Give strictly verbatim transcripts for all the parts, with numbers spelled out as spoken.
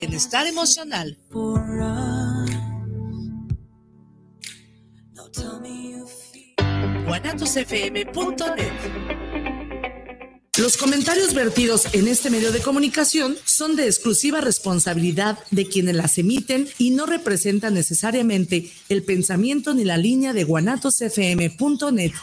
Bienestar emocional. guanatos f m punto net. Los comentarios vertidos en este medio de comunicación son de exclusiva responsabilidad de quienes las emiten y no representan necesariamente el pensamiento ni la línea de guanatos f m punto net.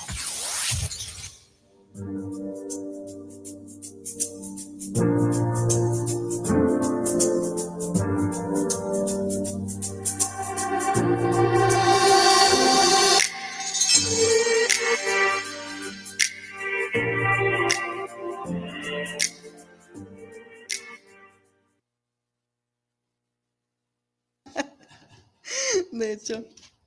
De hecho.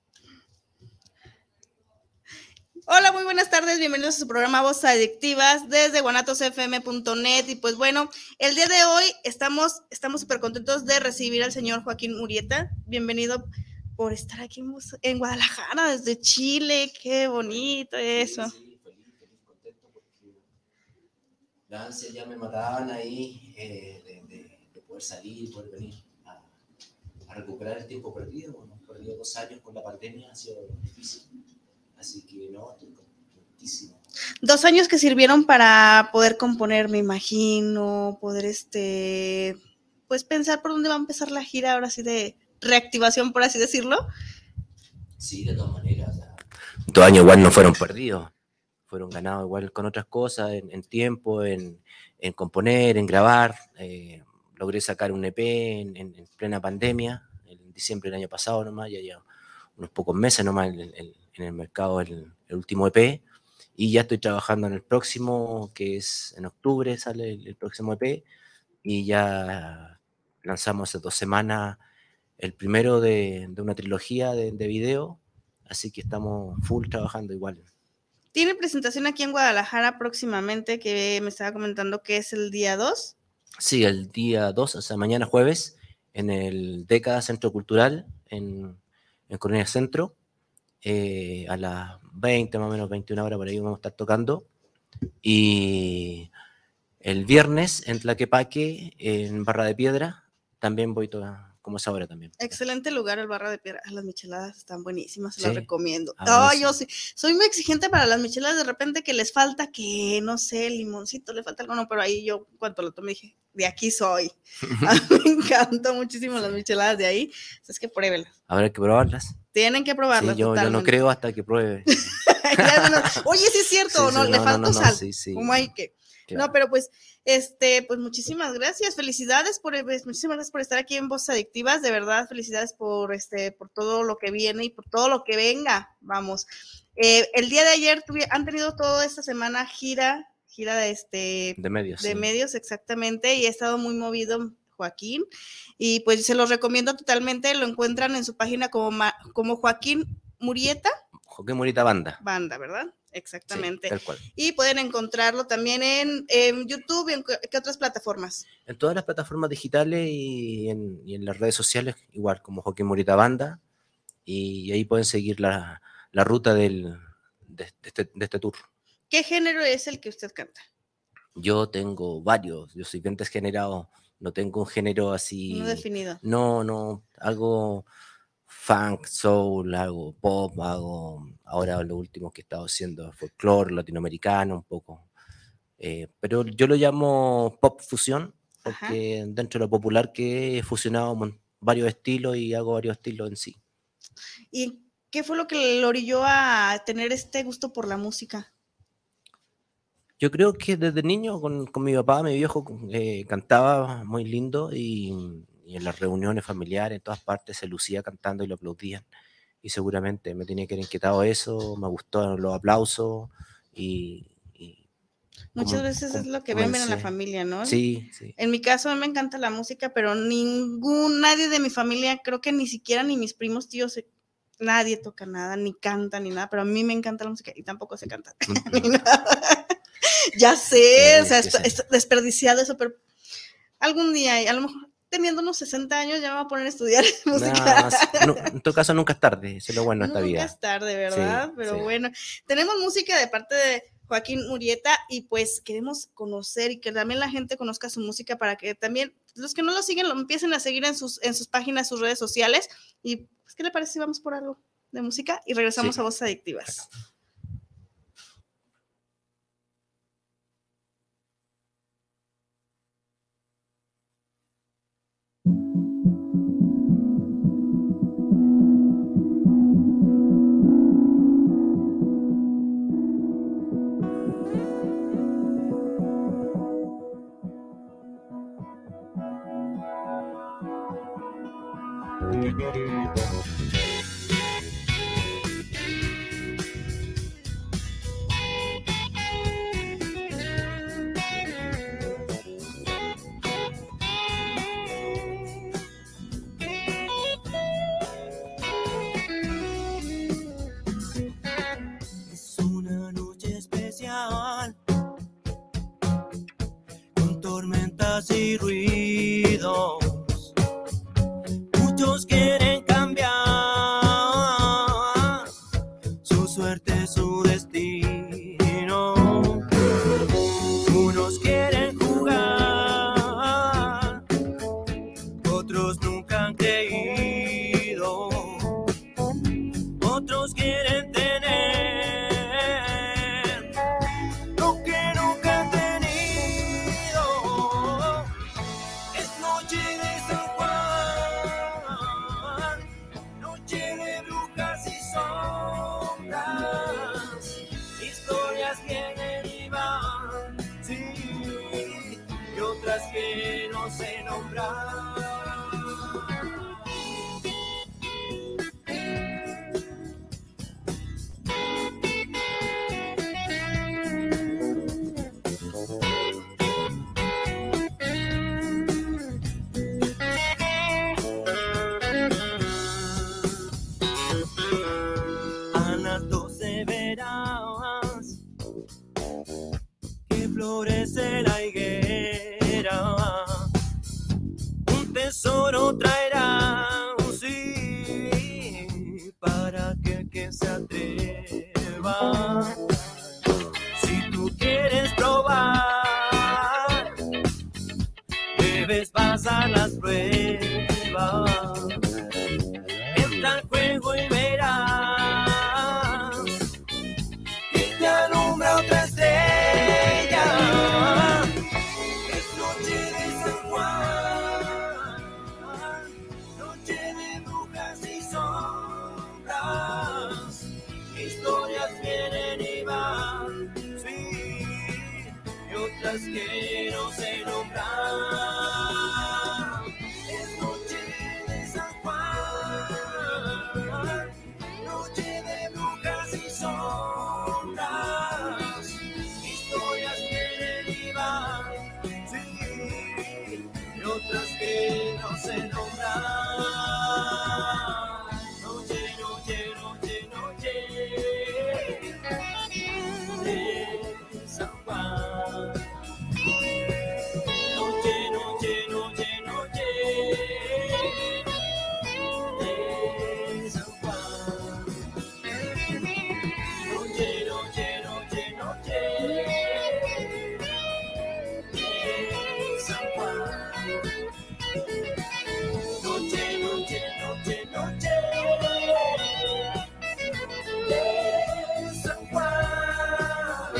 Hola, muy buenas tardes, bienvenidos a su programa Voces Adictivas desde guanatos f m punto net. Y pues bueno, el día de hoy estamos estamos súper contentos de recibir al señor Joaquín Murrieta. Bienvenido por estar aquí en, en Guadalajara, desde Chile. Qué bonito eso. Sí, sí, feliz, feliz, contento porque la ansia ya me mataban ahí eh, de, de, de poder salir, poder venir a, a recuperar el tiempo perdido. Bueno, perdido dos años con la pandemia, ha sido difícil. Así que no, estoy contentísimo. Dos años que sirvieron para poder componer, me imagino, poder este, pues pensar por dónde va a empezar la gira, ahora sí de reactivación, por así decirlo. Sí, de todas maneras. O sea, dos años igual no fueron perdidos, fueron ganados igual con otras cosas, en, en tiempo, en, en componer, en grabar. Eh, logré sacar un E P en, en, en plena pandemia, en diciembre del año pasado nomás, ya llevo unos pocos meses nomás en el, el, en el mercado el, el último E P, y ya estoy trabajando en el próximo, que es en octubre sale el, el próximo E P, y ya lanzamos hace dos semanas el primero de, de una trilogía de, de video, así que estamos full trabajando igual. Tiene presentación aquí en Guadalajara próximamente, que me estaba comentando que es el día dos. Sí, el día dos, o sea, mañana jueves, en el Década Centro Cultural, en, en Coronel Centro, eh, a las veinte, más o menos veintiuna horas, por ahí vamos a estar tocando. Y el viernes en Tlaquepaque, en Barra de Piedra, también voy toda, como esa hora también. Excelente lugar el Barra de Piedra. Las micheladas están buenísimas, se ¿Sí? las recomiendo. Ah, oh, yo sí, soy muy exigente para las micheladas, de repente que les falta que, no sé, limoncito, le falta algo, no, pero ahí yo, cuando lo tomé, dije, de aquí soy. A mí me encantan muchísimo sí. las micheladas de ahí, es que pruébenlas. Habrá que probarlas. Tienen que probarlas, sí, yo, yo no creo hasta que pruebe. Oye, sí es cierto, sí, sí, no, sí, le no, falta no, no, sal, sí, sí, como hay que... Claro. No, pero pues, este, pues muchísimas gracias, felicidades por, pues, muchísimas gracias por estar aquí en Voces Adictivas, de verdad, felicidades por, este, por todo lo que viene y por todo lo que venga, vamos. Eh, el día de ayer tuve, han tenido toda esta semana gira, gira de este, de medios, de sí. medios exactamente, y ha estado muy movido Joaquín, y pues se los recomiendo totalmente, lo encuentran en su página como, como Joaquín Murrieta. Joaquín Murrieta Banda. Banda, ¿verdad? Exactamente. Sí, tal cual. Y pueden encontrarlo también en, en YouTube y en qué otras plataformas. En todas las plataformas digitales y en, y en las redes sociales, igual como Joaquín Murrieta Banda, y ahí pueden seguir la, la ruta del, de, de, este, de este tour. ¿Qué género es el que usted canta? Yo tengo varios, yo soy bien desgenerado, no tengo un género así. No definido. No, no, algo funk, soul, hago pop, hago ahora lo último que he estado haciendo folclore latinoamericano un poco, eh, pero yo lo llamo pop fusión porque Ajá. dentro de lo popular que he fusionado varios estilos y hago varios estilos en sí. ¿Y qué fue lo que le orilló a tener este gusto por la música? Yo creo que desde niño con, con mi papá, mi viejo, eh, cantaba muy lindo y, y en las reuniones familiares, en todas partes, se lucía cantando y lo aplaudían. Y seguramente me tenía que haber inquietado eso, me gustaron los aplausos y... y Muchas como, veces como, es lo que ven en la familia, ¿no? Sí, sí. En mi caso, a mí me encanta la música, pero ningún, nadie de mi familia, creo que ni siquiera ni mis primos, tíos, nadie toca nada, ni canta, ni nada, pero a mí me encanta la música y tampoco se canta. ni nada. Ya sé, sí, o sea, es, es desperdiciado eso, pero algún día, a lo mejor teniendo unos sesenta años, ya me voy a poner a estudiar música. No, no, en todo caso, nunca es tarde, eso es lo bueno de esta nunca vida. Nunca es tarde, ¿verdad? Sí, pero sí. bueno, tenemos música de parte de Joaquín Murrieta y pues queremos conocer y que también la gente conozca su música para que también Los que no lo siguen, lo empiecen a seguir en sus, en sus páginas, sus redes sociales. Y pues, ¿qué le parece si vamos por algo de música? Y regresamos sí. a Voces Adictivas. Es una noche especial, con tormentas y ruidos. Muchos quieren cambiar su suerte, su destino. Unos quieren jugar, otros nunca han creído. Otros quieren tener lo que nunca han tenido. Es noche de San Juan, noche de brujas y sombras. Historias vienen y van, sí, y otras que no sé nombrar. A las doce verás que florece la higuera. Un tesoro traerá, sí, para aquel que se atreva. Si tú quieres probar, debes pasar las pruebas. Entra al juego y verás que te alumbra otra estrella. Es noche de San Juan, noche de brujas y sombras. Historias vienen y van, sí, y otras que no sé nombrar. Es noche de San Juan, noche de brujas y sombras. Historias vienen y van, sí, y otras que no sé nombrar. Noche, noche, noche, noche de San Juan. Noche, noche, noche, noche de San Juan. Noche, noche, noche, noche de San Juan. Noche, noche, noche, noche de San Juan.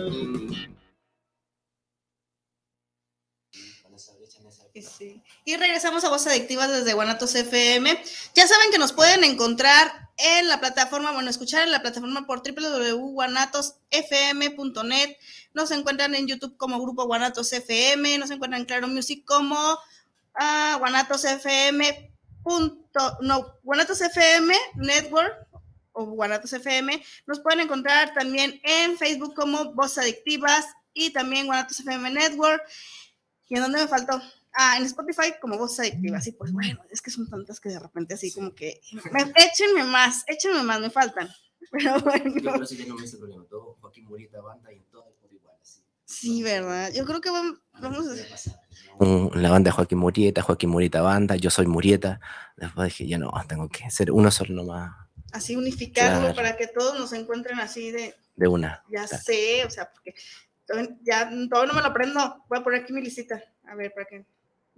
Y, sí. Y regresamos a Voces Adictivas desde Guanatos F M. Ya saben que nos pueden encontrar en la plataforma, bueno, escuchar en la plataforma por doble u doble u doble u punto guanatos f m punto net. Nos encuentran en YouTube como Grupo Guanatos F M. Nos encuentran en Claro Music como uh, Guanatos F M. Punto, no, Guanatos F M Network o Guanatos F M. Nos pueden encontrar también en Facebook como Voces Adictivas y también Guanatos F M Network. ¿Y en dónde me faltó? Ah, en Spotify como Voces Adictivas. Y pues bueno, es que son tantas que de repente así como que me, échenme más, échenme más, me faltan. Pero bueno. Yo creo que sí, no me hice problema. Todo Joaquín Murieta banda y todo por igual. Así. Sí, ¿verdad? Yo creo que vamos, vamos a... La banda de Joaquín Murieta, Joaquín Murieta banda, yo soy Murieta. Después dije, ya no, tengo que ser uno solo nomás. Así unificarlo, claro, para que todos nos encuentren así de... De una. Ya claro. Sé, o sea, porque... Ya todavía no me lo aprendo. Voy a poner aquí mi listita. A ver, para que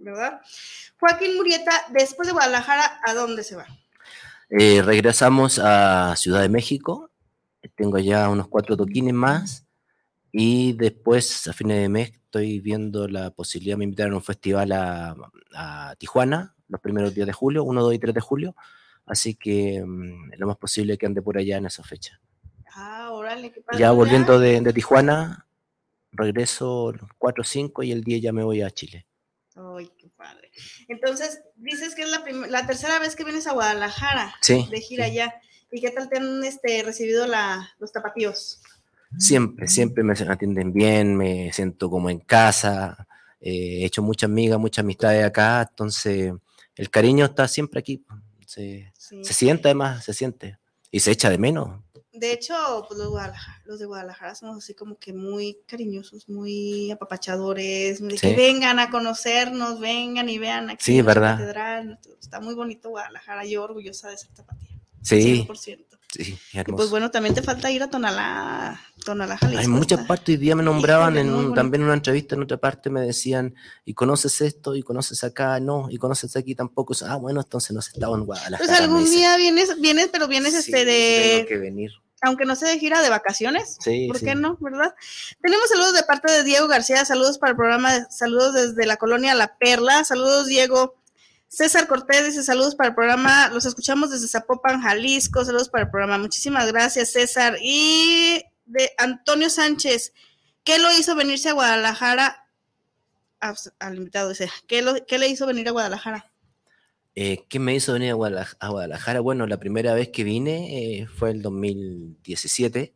¿verdad? Joaquín Murrieta, después de Guadalajara, ¿a dónde se va? Eh, regresamos a Ciudad de México. Tengo ya unos cuatro toquines más. Y después, a fines de mes, estoy viendo la posibilidad, me invitaron a un festival a, a Tijuana, los primeros días de julio, uno, dos y tres de julio. Así que um, lo más posible que ande por allá en esa fecha. Ah, órale, qué padre. Ya volviendo de, de Tijuana, regreso los cuatro o cinco y el diez ya me voy a Chile. Ay, qué padre. Entonces, dices que es la, prim- la tercera vez que vienes a Guadalajara, Sí, de gira sí. allá. ¿Y qué tal te han este, recibido la, los tapatíos? Siempre, siempre me atienden bien, me siento como en casa, eh, he hecho muchas amigas, muchas amistades acá, entonces el cariño está siempre aquí, se, Sí. se siente además, se siente, y se echa de menos. De hecho, pues los, Guadalajara, los de Guadalajara somos así como que muy cariñosos, muy apapachadores, de Sí. que vengan a conocernos, vengan y vean aquí Sí, en la verdad. catedral. Está muy bonito Guadalajara, yo orgullosa de ser tapatía. Sí, cien por ciento. sí, Y hermoso. pues bueno, también te falta ir a Tonalá, Tonalá, Jalisco. Hay muchas está. partes, hoy día me nombraban Híjole, en muy un, bonito. también en una entrevista en otra parte me decían, ¿y conoces esto? ¿Y conoces acá? No, ¿y conoces aquí tampoco? Ah, bueno, entonces no has estado en Guadalajara. Pues me algún dicen. día vienes, vienes, pero vienes Sí, este sí, de... tengo que venir. Aunque no sea de gira, de vacaciones. Sí, ¿Por sí. qué no? ¿Verdad? Tenemos saludos de parte de Diego García, saludos para el programa, saludos desde la colonia La Perla, saludos Diego. César Cortés dice saludos para el programa, los escuchamos desde Zapopan, Jalisco, saludos para el programa. Muchísimas gracias, César. Y de Antonio Sánchez, ¿qué lo hizo venirse a Guadalajara? Ah, al invitado dice, ¿qué, lo, ¿qué le hizo venir a Guadalajara? Eh, ¿Qué me hizo venir a Guadalajara? a Guadalajara? Bueno, la primera vez que vine eh, fue el dos mil diecisiete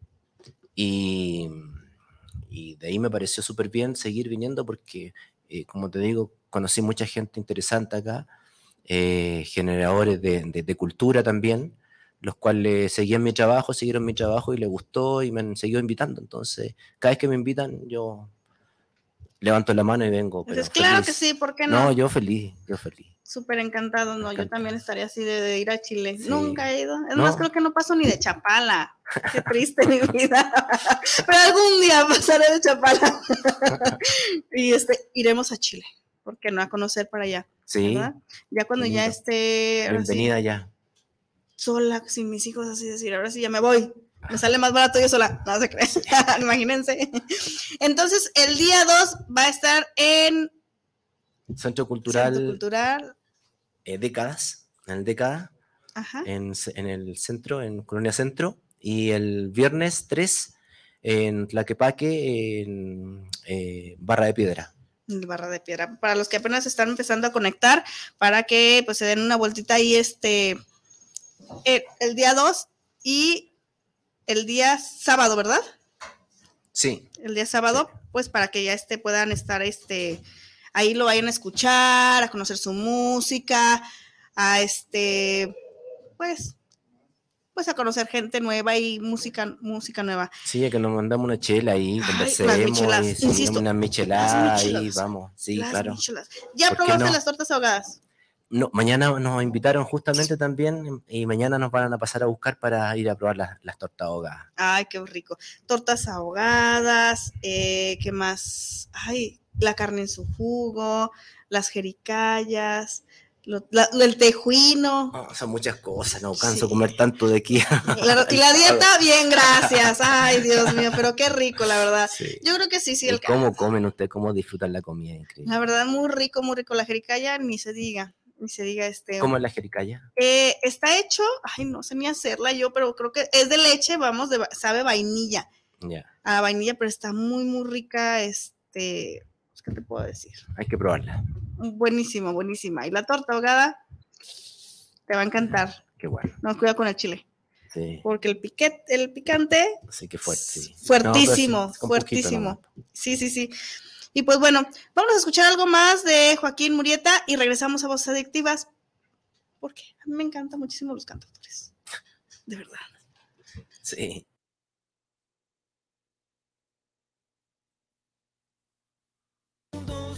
y, y de ahí me pareció súper bien seguir viniendo porque, eh, como te digo, conocí mucha gente interesante acá, eh, generadores de, de, de cultura también, los cuales seguían mi trabajo, siguieron mi trabajo y les gustó y me han seguido invitando. Entonces, cada vez que me invitan, yo levanto la mano y vengo. Pero Entonces, claro feliz. que sí, ¿por qué no? No, yo feliz, yo feliz. Súper encantado, no, Encantado. yo también estaría así de, de ir a Chile. Sí. Nunca he ido. Es ¿No? más, creo que no paso ni de Chapala. Qué triste mi vida. Pero algún día pasaré de Chapala. Y este, iremos a Chile. ¿Por qué no? A conocer para allá. Sí. ¿Verdad? Ya cuando Lindo. ya esté. ahora sí, Bienvenida ya. sola, sin mis hijos, así decir, ahora sí ya me voy. Me sale más barato yo sola. No se creen. Imagínense. Entonces, el día dos va a estar en Centro Cultural, Centro Cultural. eh, Décadas, en el Década, Ajá. en, ce- en el centro, en Colonia Centro, y el viernes tres en Tlaquepaque, en eh, Barra de Piedra. Barra de Piedra. Para los que apenas están empezando a conectar, para que pues se den una vueltita ahí este el, el día dos y el día sábado, ¿verdad? Sí, El día sábado, sí. Pues para que ya este puedan estar este ahí lo vayan a escuchar, a conocer su música, a este pues pues a conocer gente nueva y música música nueva. sí, que nos mandamos una chela ahí, Ay, conversemos, las micheladas, y, sí, insisto, unas micheladas las ahí, micheladas, vamos, sí, las claro. micheladas. ¿Ya ¿Por qué probaste no? las tortas ahogadas? No, mañana nos invitaron justamente también y mañana nos van a pasar a buscar para ir a probar las, las tortas ahogadas. Ay, qué rico. Tortas ahogadas, eh, ¿qué más? Ay, la carne en su jugo, las jericayas, lo, la, el tejuino. Oh, son muchas cosas, no canso Sí. comer tanto de aquí. La, y la dieta, bien, gracias. Ay, Dios mío, pero qué rico, la verdad. Sí. Yo creo que sí, sí. ¿Y El cómo comen ustedes? ¿Cómo disfrutan la comida? Increíble. La verdad, muy rico, muy rico. La jericaya, ni se diga. Ni se diga este. ¿Cómo es la jericaya? Eh, está hecho, ay, no sé ni hacerla yo, pero creo que es de leche, vamos, de, sabe vainilla. Ya. Yeah. A vainilla, pero está muy, muy rica, este, ¿qué te puedo decir? Hay que probarla. Buenísima, buenísima. Y la torta ahogada te va a encantar. Qué bueno. No, cuida con el chile. Sí. Porque el piquete, el picante. Sí, que fuerte. Sí. Fuertísimo, no, sí, fuertísimo. Sí, sí, sí. Y pues bueno, vamos a escuchar algo más de Joaquín Murrieta y regresamos a Voces Adictivas. Porque a mí me encantan muchísimo los cantautores. De verdad. Sí. Dos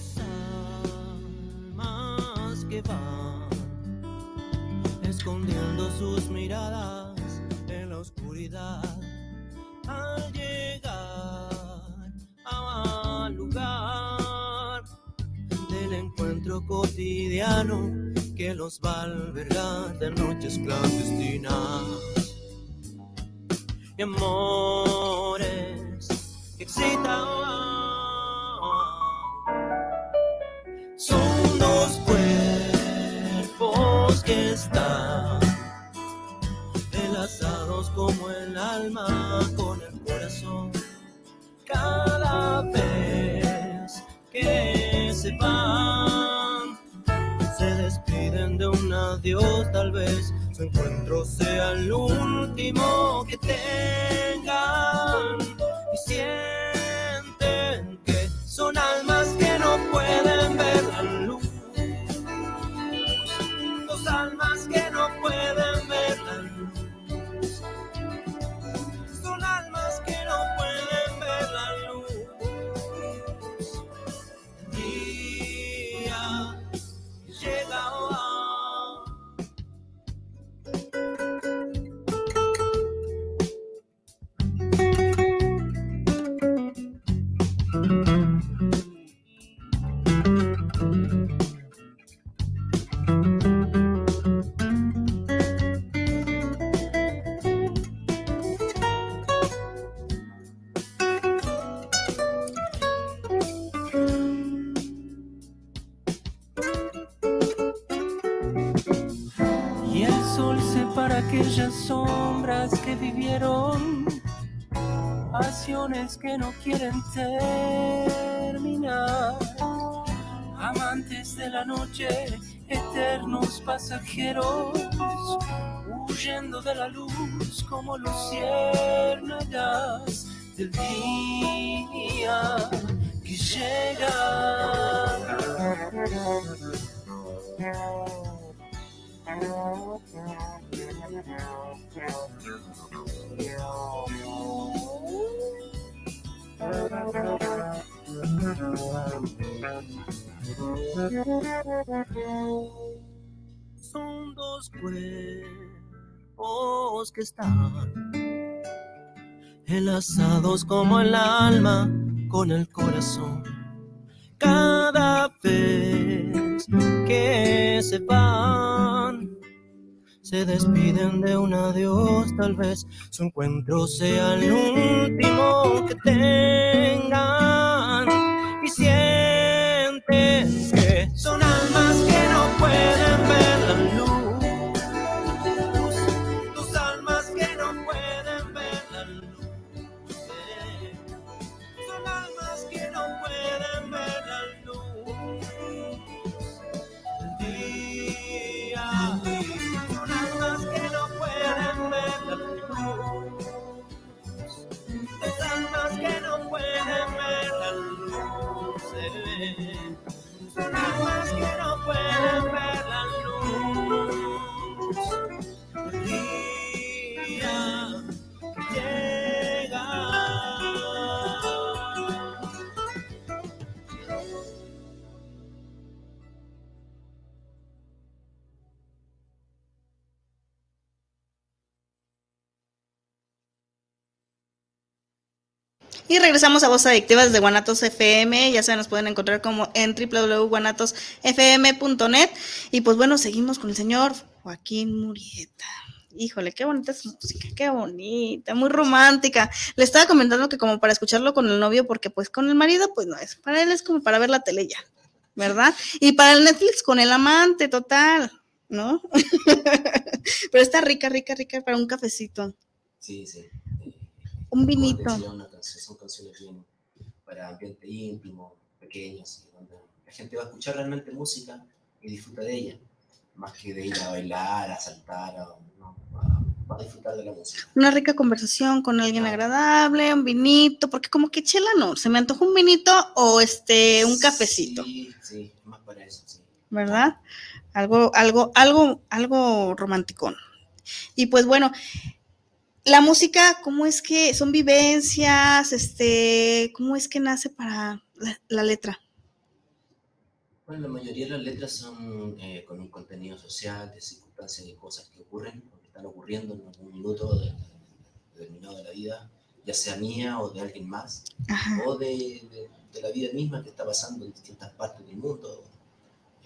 almas que van escondiendo sus miradas en la oscuridad. Al llegar al lugar del encuentro encuentro cotidiano que los va a albergar de noches clandestinas. Y amores que excitan. Son dos cuerpos que están enlazados como el alma con el corazón. Cada vez que se van, se despiden de un adiós, tal vez su encuentro sea el último que tengan. Y sienten que son almas que no pueden ver la luz. Dos almas que no pueden ver la luz. Son almas que no pueden ver la luz. El día llega. Y el sol separa aquellas sombras que vivieron pasiones que no quieren terminar. Amantes de la noche, eternos pasajeros, huyendo de la luz como luciérnagas del día que llega. Son dos cuerpos que están enlazados como el alma con el corazón. Cada vez que se van, se despiden de un adiós, tal vez su encuentro sea el último que tengan. Y sienten que son almas que no pueden ver la luz. Tus almas que no pueden ver la luz. Son almas que no pueden ver la luz. El día. Son almas que no pueden ver la luz. Tus almas que no pueden ver la luz. Son almas que no pueden ver la luz. El día que llega. Y regresamos a Voz Adictiva desde Guanatos F M. Ya se nos pueden encontrar como en doble u doble u doble u punto guanatos f m punto net. Y pues bueno, seguimos con el señor Joaquín Murrieta. Híjole, qué bonita es su música, qué bonita, muy romántica. Le estaba comentando que como para escucharlo con el novio, porque pues con el marido pues no es. Para él es como para ver la tele ya, ¿verdad? Y para el Netflix con el amante, total, ¿no? Pero está rica, rica, rica para un cafecito. Sí, sí. Un vinito. Una canción, son canciones bien para ambiente íntimo, pequeños, donde la gente va a escuchar realmente música y disfruta de ella, más que de ir a bailar, a saltar, a, no, va, va a disfrutar de la música. Una rica conversación con alguien ah. agradable, un vinito, porque como que chela no, se me antoja un vinito o este un cafecito. Sí, sí, más para eso, sí. ¿Verdad? Algo, algo, algo, algo romanticón. Y pues bueno, la música, ¿cómo es que son vivencias? Este, ¿cómo es que nace para la, la letra? Bueno, la mayoría de las letras son eh, con un contenido social, de circunstancias, de cosas que ocurren, o que están ocurriendo en algún minuto de, de, determinado de la vida, ya sea mía o de alguien más, Ajá. o de, de, de la vida misma que está pasando en distintas partes del mundo.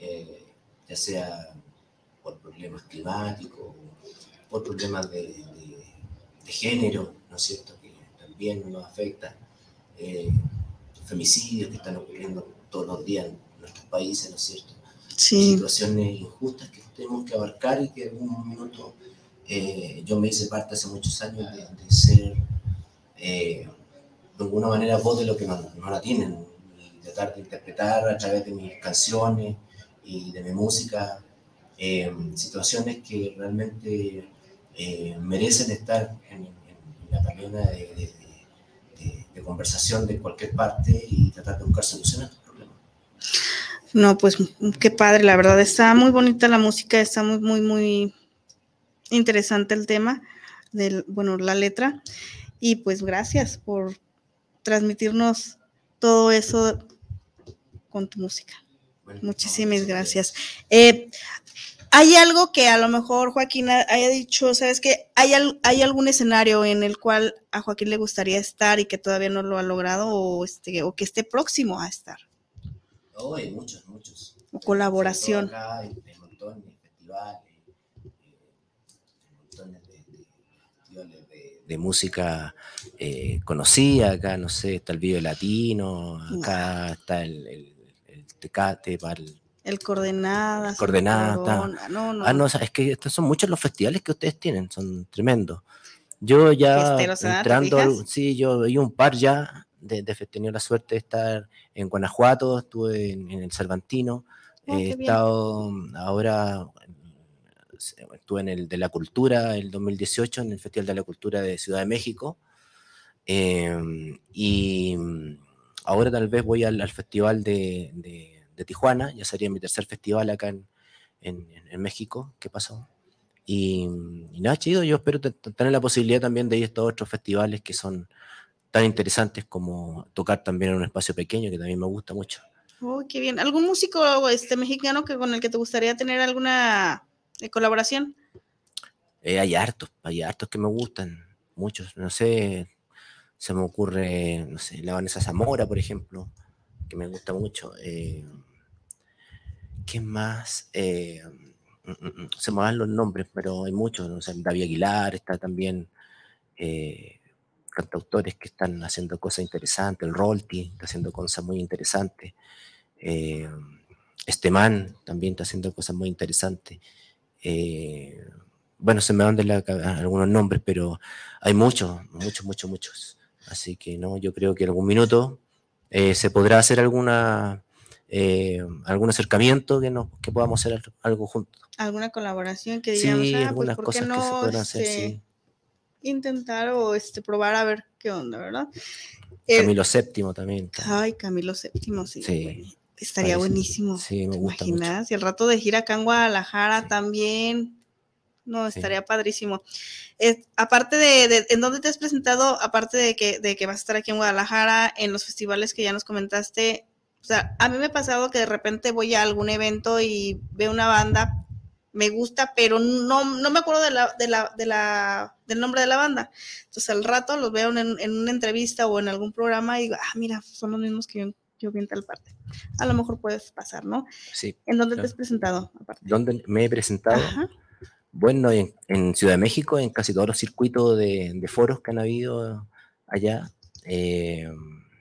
eh, ya sea por problemas climáticos, por problemas de, de, de género, ¿no es cierto?, que también nos afecta, eh, femicidios que están ocurriendo todos los días en nuestros países, ¿no es cierto?, Sí. situaciones injustas que tenemos que abarcar y que en algún minuto eh, yo me hice parte hace muchos años de, de ser eh, de alguna manera voz de lo que no, no la tienen, y tratar de interpretar a través de mis canciones y de mi música eh, situaciones que realmente eh, merecen estar en, en, en la palena de, de, de, de conversación de cualquier parte y tratar de buscar soluciones a estos problemas. No, pues qué padre, la verdad, está muy bonita la música, está muy, muy, muy interesante el tema, del, bueno, la letra, y pues gracias por transmitirnos todo eso con tu música. Bueno, muchísimas no, gracias. Eh, ¿Hay algo que a lo mejor Joaquín haya dicho, sabes que hay, hay algún escenario en el cual a Joaquín le gustaría estar y que todavía no lo ha logrado o, este, o que esté próximo a estar? Oh, hay muchos, muchos. O colaboración. Acá hay, hay montones de festivales, eh, montones de, de, festivales de, de música eh, conocida. Acá, no sé, está el Vive Latino, acá wow. está el, el, el Tecate para el... El Coordenadas. El Coordenada. No, no. Ah, no, es que estos son muchos los festivales que ustedes tienen, son tremendos. Yo ya entrando, al, sí, yo hay un par ya, de, de, he tenido la suerte de estar en Guanajuato, estuve en, en el Cervantino, oh, he estado bien. Ahora, estuve en el de la Cultura el dos mil dieciocho, en el Festival de la Cultura de Ciudad de México, eh, y ahora tal vez voy al, al Festival de, de, de Tijuana, ya sería mi tercer festival acá en, en, en México, ¿qué pasó? Y, y nada, chido, yo espero t- t- tener la posibilidad también de ir a estos otros festivales que son tan interesantes como tocar también en un espacio pequeño, que también me gusta mucho. Oh, qué bien. ¿Algún músico este, mexicano que, con el que te gustaría tener alguna eh, colaboración? Eh, hay hartos, hay hartos que me gustan, muchos, no sé, se me ocurre, no sé, la Vanessa Zamora, por ejemplo, que me gusta mucho. Eh, ¿Qué más? Eh, se me van los nombres, pero hay muchos, ¿no? O sea, David Aguilar está también, eh, cantautores que están haciendo cosas interesantes, el Rolti está haciendo cosas muy interesantes, eh, este man también está haciendo cosas muy interesantes. Eh, bueno, se me van de la cabeza algunos nombres, pero hay muchos, muchos, muchos, muchos. Así que no, yo creo que en algún minuto eh, se podrá hacer alguna... Eh, algún acercamiento que, no, que podamos hacer algo juntos. Alguna colaboración que digamos, sí, ah, algunas pues, ¿por qué cosas no, que se podrán este, hacer, sí. intentar o este, probar a ver qué onda, ¿verdad? Camilo séptimo también. también. Ay, Camilo séptimo, sí. sí bueno, estaría parece, buenísimo. Sí, me ¿Te gusta imaginas? mucho. Y el rato de gira acá en Guadalajara sí. también. No, estaría sí. padrísimo. Eh, aparte de, de, ¿en dónde te has presentado? Aparte de que, de que vas a estar aquí en Guadalajara, en los festivales que ya nos comentaste. O sea, a mí me ha pasado que de repente voy a algún evento y veo una banda, me gusta, pero no, no me acuerdo de la, de la, de la, del nombre de la banda. Entonces al rato los veo en, en una entrevista o en algún programa y digo, ah, mira, son los mismos que yo, yo vi en tal parte. A lo mejor puedes pasar, ¿no? Sí. ¿En dónde claro. te has presentado? Aparte? ¿Dónde me he presentado? Ajá. Bueno, en, en Ciudad de México, en casi todos los circuitos de, de foros que han habido allá. Eh,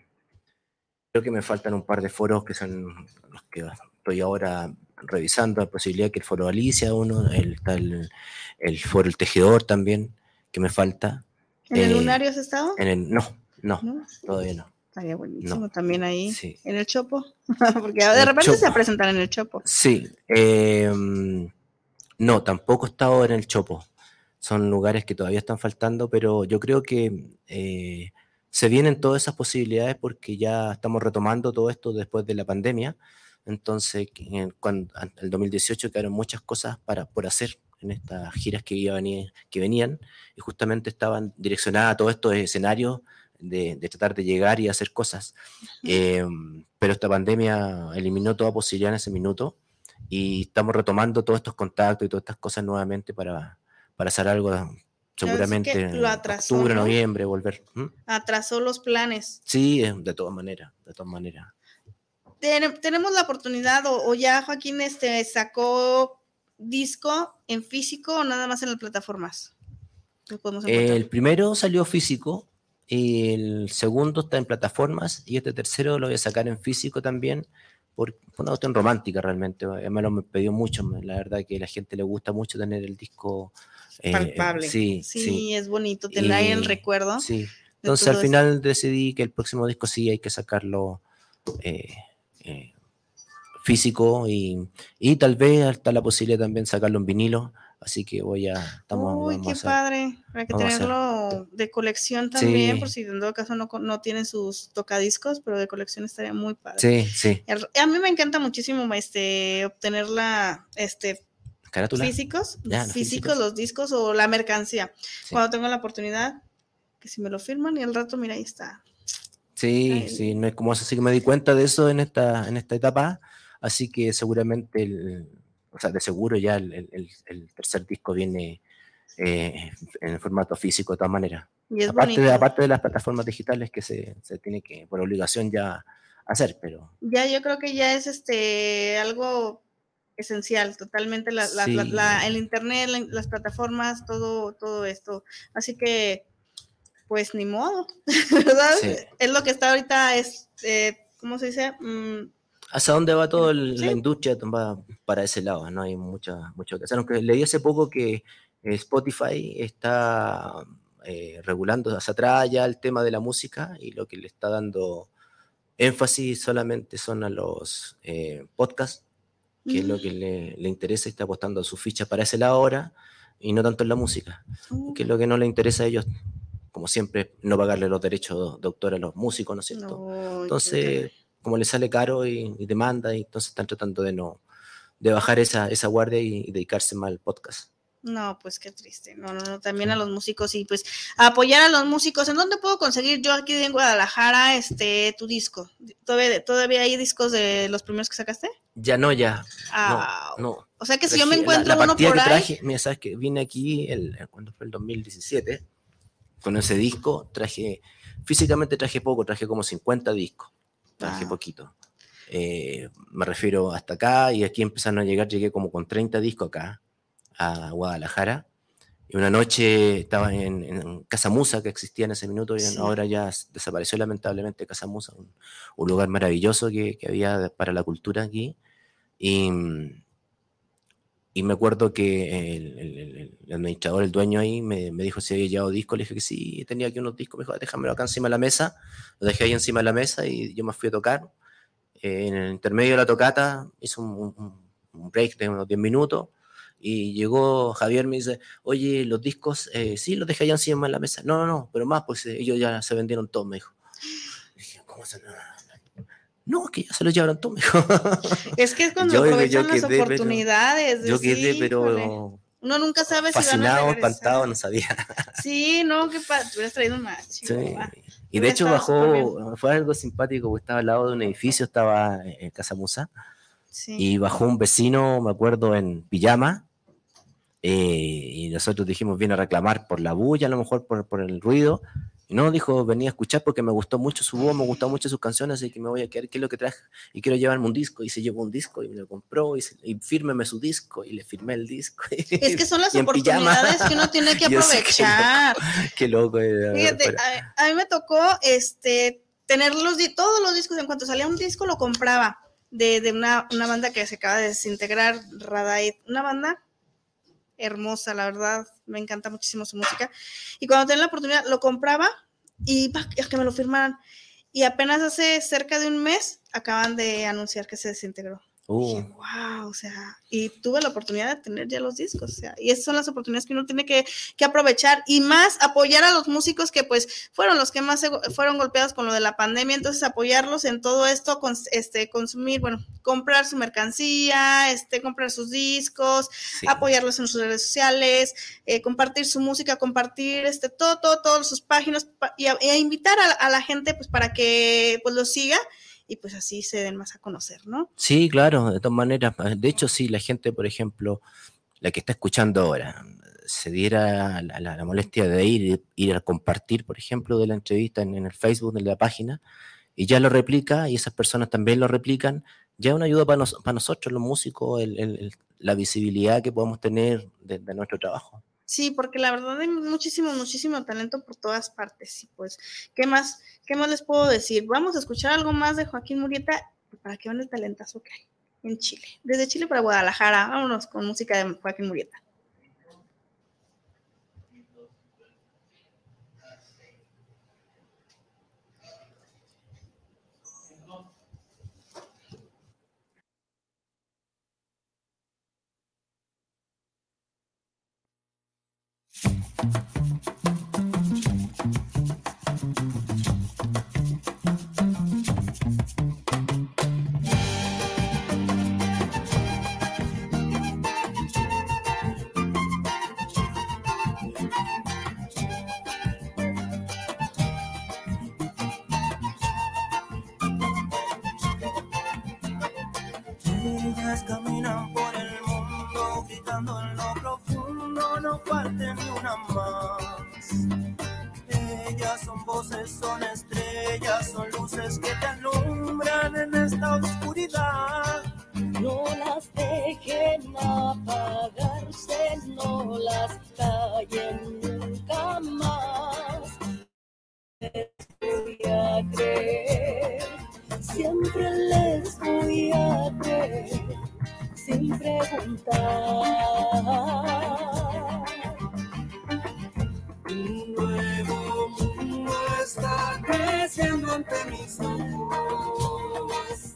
creo que me faltan un par de foros que son los que estoy ahora revisando, la posibilidad que el foro Alicia, uno, el, el, el foro El Tejedor también, que me falta. ¿En eh, el Lunario has estado? En el, no, no, no, todavía no. Estaría buenísimo no, también ahí, sí. en el Chopo, porque de repente Chopo. se presentan en el Chopo. Sí, eh, no, tampoco he estado en el Chopo. Son lugares que todavía están faltando, pero yo creo que eh, se vienen todas esas posibilidades porque ya estamos retomando todo esto después de la pandemia. Entonces, en, cuando, en el dos mil dieciocho quedaron muchas cosas para, por hacer en estas giras que, iba a venir, que venían y justamente estaban direccionadas a todos estos escenarios de, de tratar de llegar y hacer cosas. Uh-huh. Eh, pero esta pandemia eliminó toda posibilidad en ese minuto y estamos retomando todos estos contactos y todas estas cosas nuevamente para, para hacer algo seguramente en octubre, ¿no? noviembre, volver. ¿Mm? Atrasó los planes. Sí, de todas maneras, de todas maneras. ten, tenemos la oportunidad, o, o ya Joaquín este, sacó disco en físico o nada más en las plataformas. El primero salió físico, y el segundo está en plataformas, y este tercero lo voy a sacar en físico también, por, por una cuestión romántica realmente. Me lo me pidió mucho, la verdad que a la gente le gusta mucho tener el disco eh, palpable. Eh, sí, sí, sí, es bonito tener ahí el recuerdo. Sí, entonces al final esto. decidí que el próximo disco sí hay que sacarlo eh, eh, físico, y, y tal vez hasta la posibilidad también sacarlo en vinilo. Así que voy a... Estamos, Uy, vamos qué a hacer, padre. Hay que tenerlo de colección también, sí. Por si en todo caso no, no tienen sus tocadiscos, pero de colección estaría muy padre. Sí, sí. A mí me encanta muchísimo este, obtener la, este, ¿Carátula? físicos, Ya, físicos, físicos, los discos o la mercancía. Sí. Cuando tengo la oportunidad, que si me lo firman y al rato, mira, ahí está. Sí, ahí. sí, no es como eso, así que me di cuenta de eso en esta, en esta etapa, así que seguramente el... O sea, de seguro ya el, el, el tercer disco viene eh, en el formato físico de todas maneras. Y es aparte, bonito. de, aparte de las plataformas digitales que se, se tiene que, por obligación, ya hacer, pero... Ya, yo creo que ya es este algo esencial, totalmente la, sí. la, la, el internet, la, las plataformas, todo, todo esto. Así que, pues ni modo, ¿verdad? Sí. Es lo que está ahorita, es, eh, ¿cómo se dice? Mm, ¿Hacia dónde va toda sí. la industria? Va para ese lado, no hay mucha, mucho que hacer. Aunque leí hace poco que Spotify está eh, regulando hacia atrás ya el tema de la música, y lo que le está dando énfasis solamente son a los eh, podcasts, que mm. es lo que le, le interesa, y está apostando su ficha para ese lado ahora, y no tanto en la música, mm. que es lo que no le interesa a ellos, como siempre, no pagarle los derechos de autor a los músicos, ¿no es cierto? No, entonces... como le sale caro y, y demanda, y entonces están tratando de no de bajar esa, esa guardia y, y dedicarse más al podcast. No, pues qué triste. No, no, no, también sí. a los músicos, y pues a apoyar a los músicos. ¿En dónde puedo conseguir yo aquí en Guadalajara este tu disco? ¿Todavía, todavía hay discos de los primeros que sacaste? Ya no, ya. Ah, no, no. O sea que traje, si yo me encuentro la, la uno por que ahí. Traje, mira, sabes que vine aquí, el, cuando fue el dos mil diecisiete, con ese disco, traje, físicamente traje poco, traje como cincuenta discos. Traje ah. poquito. Eh, me refiero hasta acá, y aquí empezaron a llegar, llegué como con treinta discos acá, a Guadalajara, y una noche estaba en, en Casa Musa, que existía en ese minuto, y sí. ahora ya desapareció lamentablemente Casa Musa, un, un lugar maravilloso que, que había para la cultura aquí, y, y me acuerdo que el, el, el administrador, el dueño ahí, me, me dijo si había llevado discos. Le dije que sí, tenía aquí unos discos. Me dijo, déjamelo acá encima de la mesa. Lo dejé ahí encima de la mesa, y yo me fui a tocar. Eh, en el intermedio de la tocata hice un, un, un break de unos diez minutos, y llegó Javier, me dice, oye, los discos, eh, sí, los dejé allá encima de la mesa. No, no, no, pero más, pues eh, ellos ya se vendieron todos, me dijo. Y dije, ¿cómo se...? No, es que ya se los llevaron todos, me dijo. Es que es cuando yo, aprovechan yo quedé, las oportunidades. Pero, yo quedé, sí, pero... Vale. Uno nunca sabe fascinado, si van a espantado, no sabía. Sí, no, que pa... te hubieras traído más. Sí. Y de hecho bajó, fue algo simpático, porque estaba al lado de un edificio, estaba en Casa Musa, sí. y bajó un vecino, me acuerdo, en pijama, eh, y nosotros dijimos, viene a reclamar por la bulla, a lo mejor por, por el ruido. Y no, dijo, venía a escuchar porque me gustó mucho su voz, me gustaron mucho sus canciones, así que me voy a quedar, ¿qué es lo que traje? Y quiero llevarme un disco. Y se llevó un disco y me lo compró, y, se, y fírmeme su disco, y le firmé el disco. Es que son las oportunidades que uno tiene que aprovechar. Qué loco. Qué loco Fíjate, a, a mí me tocó este, tener los, todos los discos. En cuanto salía un disco, lo compraba de, de una, una banda que se acaba de desintegrar, Radait, una banda hermosa, la verdad, me encanta muchísimo su música, y cuando tenía la oportunidad lo compraba y para que me lo firmaran, y apenas hace cerca de un mes acaban de anunciar que se desintegró. Uh. Dije, wow, o sea, y tuve la oportunidad de tener ya los discos, o sea, y esas son las oportunidades que uno tiene que, que aprovechar, y más apoyar a los músicos que pues fueron los que más se, fueron golpeados con lo de la pandemia. Entonces apoyarlos en todo esto, con, este, consumir, bueno, comprar su mercancía, este, comprar sus discos, sí. apoyarlos en sus redes sociales, eh, compartir su música, compartir este, todo, todo, todas sus páginas, y a, y a invitar a, a la gente pues para que pues los siga, y pues así se den más a conocer, ¿no? Sí, claro, de todas maneras. De hecho, sí, la gente, por ejemplo, la que está escuchando ahora, se diera la, la, la molestia de ir, ir a compartir, por ejemplo, de la entrevista en, en el Facebook de la página, y ya lo replica, y esas personas también lo replican, ya es una ayuda para, nos, para nosotros, los músicos, el, el, el, la visibilidad que podemos tener de, de nuestro trabajo. Sí, porque la verdad hay muchísimo, muchísimo talento por todas partes. Y pues, ¿qué más, qué más les puedo decir? Vamos a escuchar algo más de Joaquín Murrieta para que vean el talentazo que hay en Chile. Desde Chile para Guadalajara, vámonos con música de Joaquín Murrieta. Ellas caminan por el mundo gritando en lo profundo, no falten ni una más. Ellas son voces, son estrellas, son luces que te alumbran en esta oscuridad. No las dejen apagarse, no las callen nunca más. Les voy a creer, siempre les voy a creer, sin preguntar. Un nuevo mundo está creciendo ante mis ojos.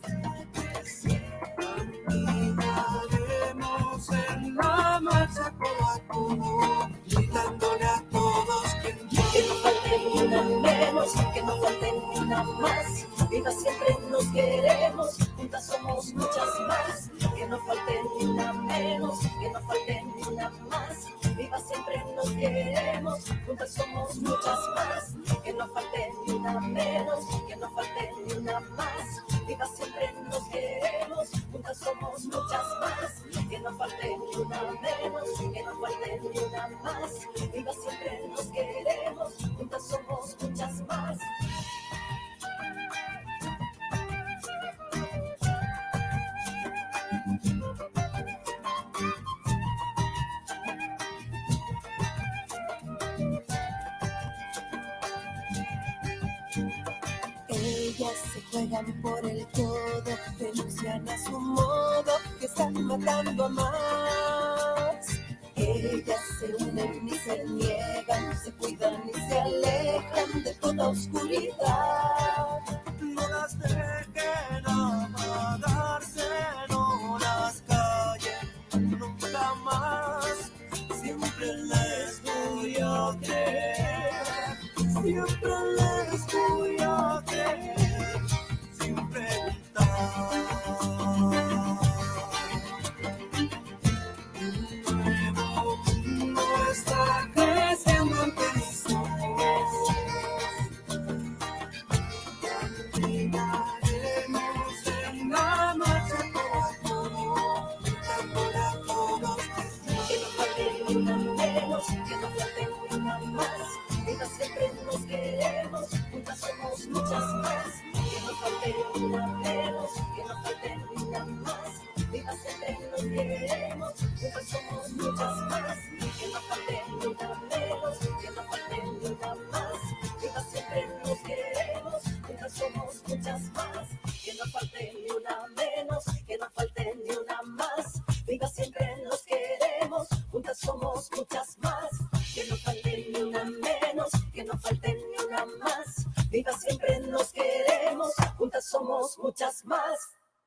Caminaremos en la marcha codo a codo, gritándole a todos que no, que no falte ni una menos, que no falte ni una más. Viva siempre nos queremos, juntas somos muchas más. Que no falte ni una menos, que no falte ni una más. Viva siempre nos queremos, juntas somos muchas más. Que no falte ni una menos, que no falte ni una más. Viva siempre nos queremos, juntas somos muchas más. Que no falte ni una menos, que no falte ni una más. Viva siempre nos queremos, juntas somos muchas más. ellas se juegan por el codo, denuncian a su modo que están matando a más. Ellas se unen y se niegan, se cuidan y se alejan de toda oscuridad. No las dejen apagarse, no las callen nunca más. Siempre les voy a creer, siempre les voy a creer, sin preguntar. Un nuevo mundo está creciendo ante mis ojos. Caminaremos en la noche por todo, gritándole a todos que no falte ni una menos, que no falte ni una más. Viva siempre nos queremos, juntas somos muchas más. Que no falte ni una menos, que no falte ni una más. Viva siempre nos queremos, juntas somos muchas más. Que no falte ni una menos, que no falte ni una más. Viva siempre nos queremos, juntas somos muchas más. Que no falte ni una menos, que no falte ni una más. Viva siempre nos queremos, juntas somos muchas más. Que no falte ni una menos, que no falte ni una más. Viva siempre nos queremos, juntas somos muchas más.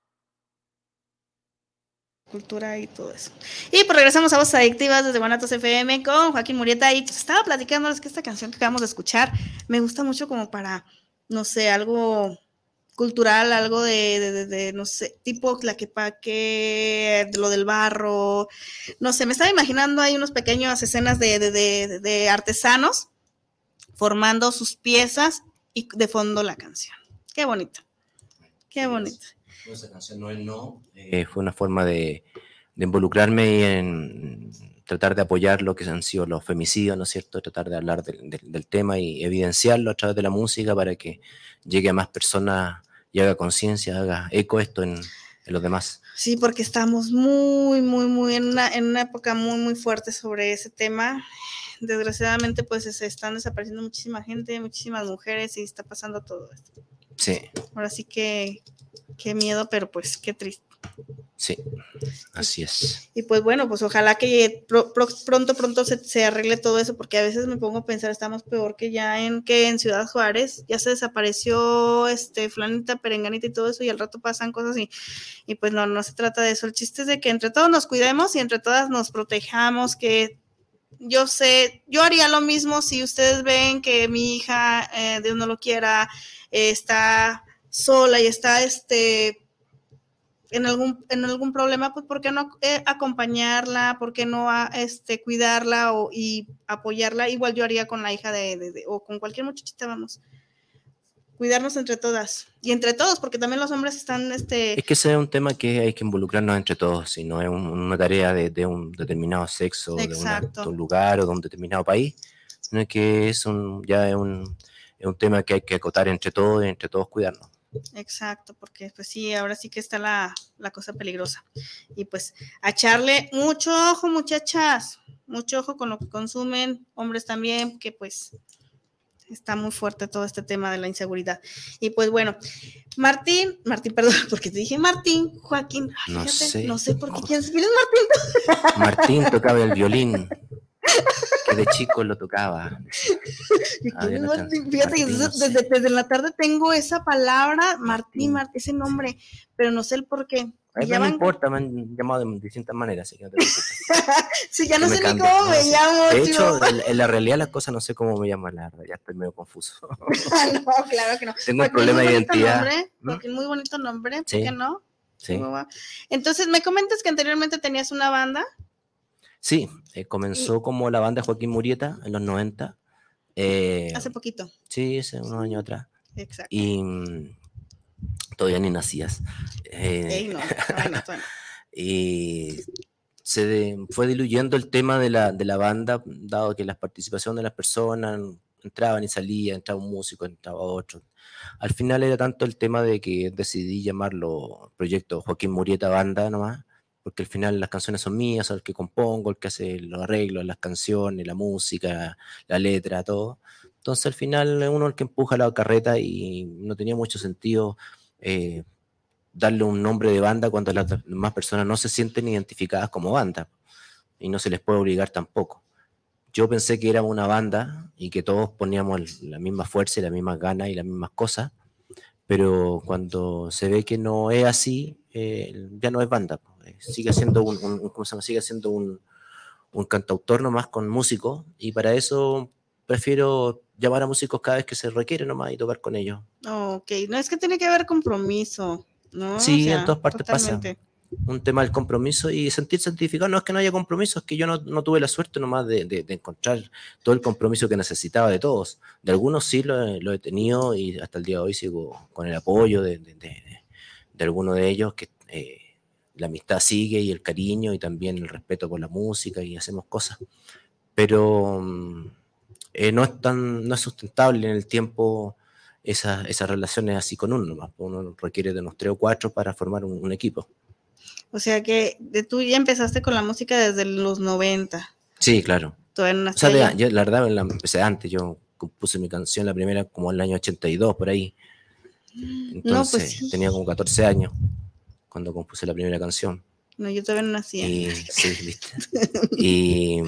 Cultura y todo eso. Y pues regresamos a Voces Adictivas desde Guanatos F M con Joaquín Murrieta. Y pues estaba platicándoles que esta canción que acabamos de escuchar me gusta mucho como para, no sé, algo cultural, algo de, de, de, de no sé, tipo Tlaquepaque, de lo del barro, no sé, me estaba imaginando ahí unas pequeñas escenas de, de, de, de artesanos formando sus piezas y de fondo la canción. Qué bonito, qué bonito. Esa canción No es No eh, fue una forma de, de involucrarme en, tratar de apoyar lo que han sido los femicidios, ¿no es cierto? Tratar de hablar del, del, del tema y evidenciarlo a través de la música para que llegue a más personas y haga conciencia, haga eco esto en, en los demás. Sí, porque estamos muy, muy, muy en una, en una época muy, muy fuerte sobre ese tema. Desgraciadamente, pues se están desapareciendo muchísima gente, muchísimas mujeres y está pasando todo esto. Sí. Ahora sí que, qué miedo, pero pues qué triste. Sí, así es. Y pues bueno, pues ojalá que pro, pro, pronto, pronto se, se arregle todo eso, porque a veces me pongo a pensar, estamos peor que ya en que en Ciudad Juárez, ya se desapareció este flanita, perenganita y todo eso, y al rato pasan cosas y, y pues no, no se trata de eso. El chiste es de que entre todos nos cuidemos y entre todas nos protejamos, que yo sé, yo haría lo mismo si ustedes ven que mi hija, eh, Dios no lo quiera, eh, está sola y está este... en algún en algún problema, pues ¿por qué no eh, acompañarla? ¿Por qué no a, este cuidarla o y apoyarla? Igual yo haría con la hija de, de, de o con cualquier muchachita, vamos. Cuidarnos entre todas y entre todos, porque también los hombres están este es que ese es un tema que hay que involucrarnos entre todos, si no es un, una tarea de, de un determinado sexo, de, una, de un lugar o de un determinado país, sino que es un ya es un, es un tema que hay que acotar entre todos y entre todos cuidarnos. Exacto, porque pues sí, ahora sí que está la, la cosa peligrosa. Y pues a echarle mucho ojo, muchachas, mucho ojo con lo que consumen, hombres también, que pues está muy fuerte todo este tema de la inseguridad. Y pues bueno, Martín, Martín, perdón, porque te dije Martín, Joaquín, ay, no fíjate, sé, no sé por qué, no. ¿quién es Martín? Martín tocaba el violín, que de chico lo tocaba. Ver, Martín, fíjate, Martín, no desde, sé. desde la tarde tengo esa palabra, Martín, Martín ese nombre, sí. Pero no sé el por qué. Ay, no me importa, me han llamado de distintas maneras, así que no te preocupes. Sí, ya no sé ni cómo no, me llamo. De hecho, en, en la realidad las cosas no sé cómo me llamo, la verdad, ya estoy medio confuso. No, claro que no. Tengo un problema de identidad. Nombre, Joaquín, muy bonito nombre, ¿por sí. qué no? Sí. Entonces, me comentas que anteriormente tenías una banda. Sí, eh, comenzó y... como la banda Joaquín Murieta en los noventa. Eh, hace poquito. Sí, hace unos años atrás. Exacto. Y mmm, todavía ni nacías. Eh, Ey, no, ay, no, no. Y se de, fue diluyendo el tema de la, de la banda, dado que la participación de las personas entraban y salían, entraba un músico, entraba otro. Al final era tanto el tema de que decidí llamarlo Proyecto Joaquín Murieta Banda nomás, porque al final las canciones son mías, soy el que compongo, el que hace los arreglos, las canciones, la música, la letra, todo. Entonces al final uno es el que empuja la carreta y no tenía mucho sentido eh, darle un nombre de banda cuando las demás personas no se sienten identificadas como banda y no se les puede obligar tampoco. Yo pensé que éramos una banda y que todos poníamos la misma fuerza y las mismas ganas y las mismas cosas, pero cuando se ve que no es así, eh, ya no es banda. Sigue siendo un, un, un, ¿cómo se llama? Sigue siendo un, un cantautor nomás con músicos, y para eso prefiero llamar a músicos cada vez que se requiere nomás y tocar con ellos. Ok, no es que tiene que haber compromiso, ¿no? Sí, o sea, en todas partes totalmente. Pasa un tema del compromiso y sentirse identificado. No es que no haya compromiso, es que yo no, no tuve la suerte nomás de, de, de encontrar todo el compromiso que necesitaba de todos. De algunos sí lo, lo he tenido y hasta el día de hoy sigo con el apoyo de, de, de, de algunos de ellos, que eh, la amistad sigue y el cariño y también el respeto por la música y hacemos cosas. Pero eh, no es tan, no es sustentable en el tiempo esas, esas relaciones así con uno nomás. Uno requiere de unos tres o cuatro para formar un, un equipo. O sea que de, tú ya empezaste con la música desde los noventa. Sí, claro. Todavía no o sea, de, yo, la verdad la empecé antes. Yo compuse mi canción, la primera, como en el año ochenta y dos, por ahí. Entonces, no, pues sí. Tenía como catorce años cuando compuse la primera canción. No, yo todavía no nacía. Y, sí, viste. y,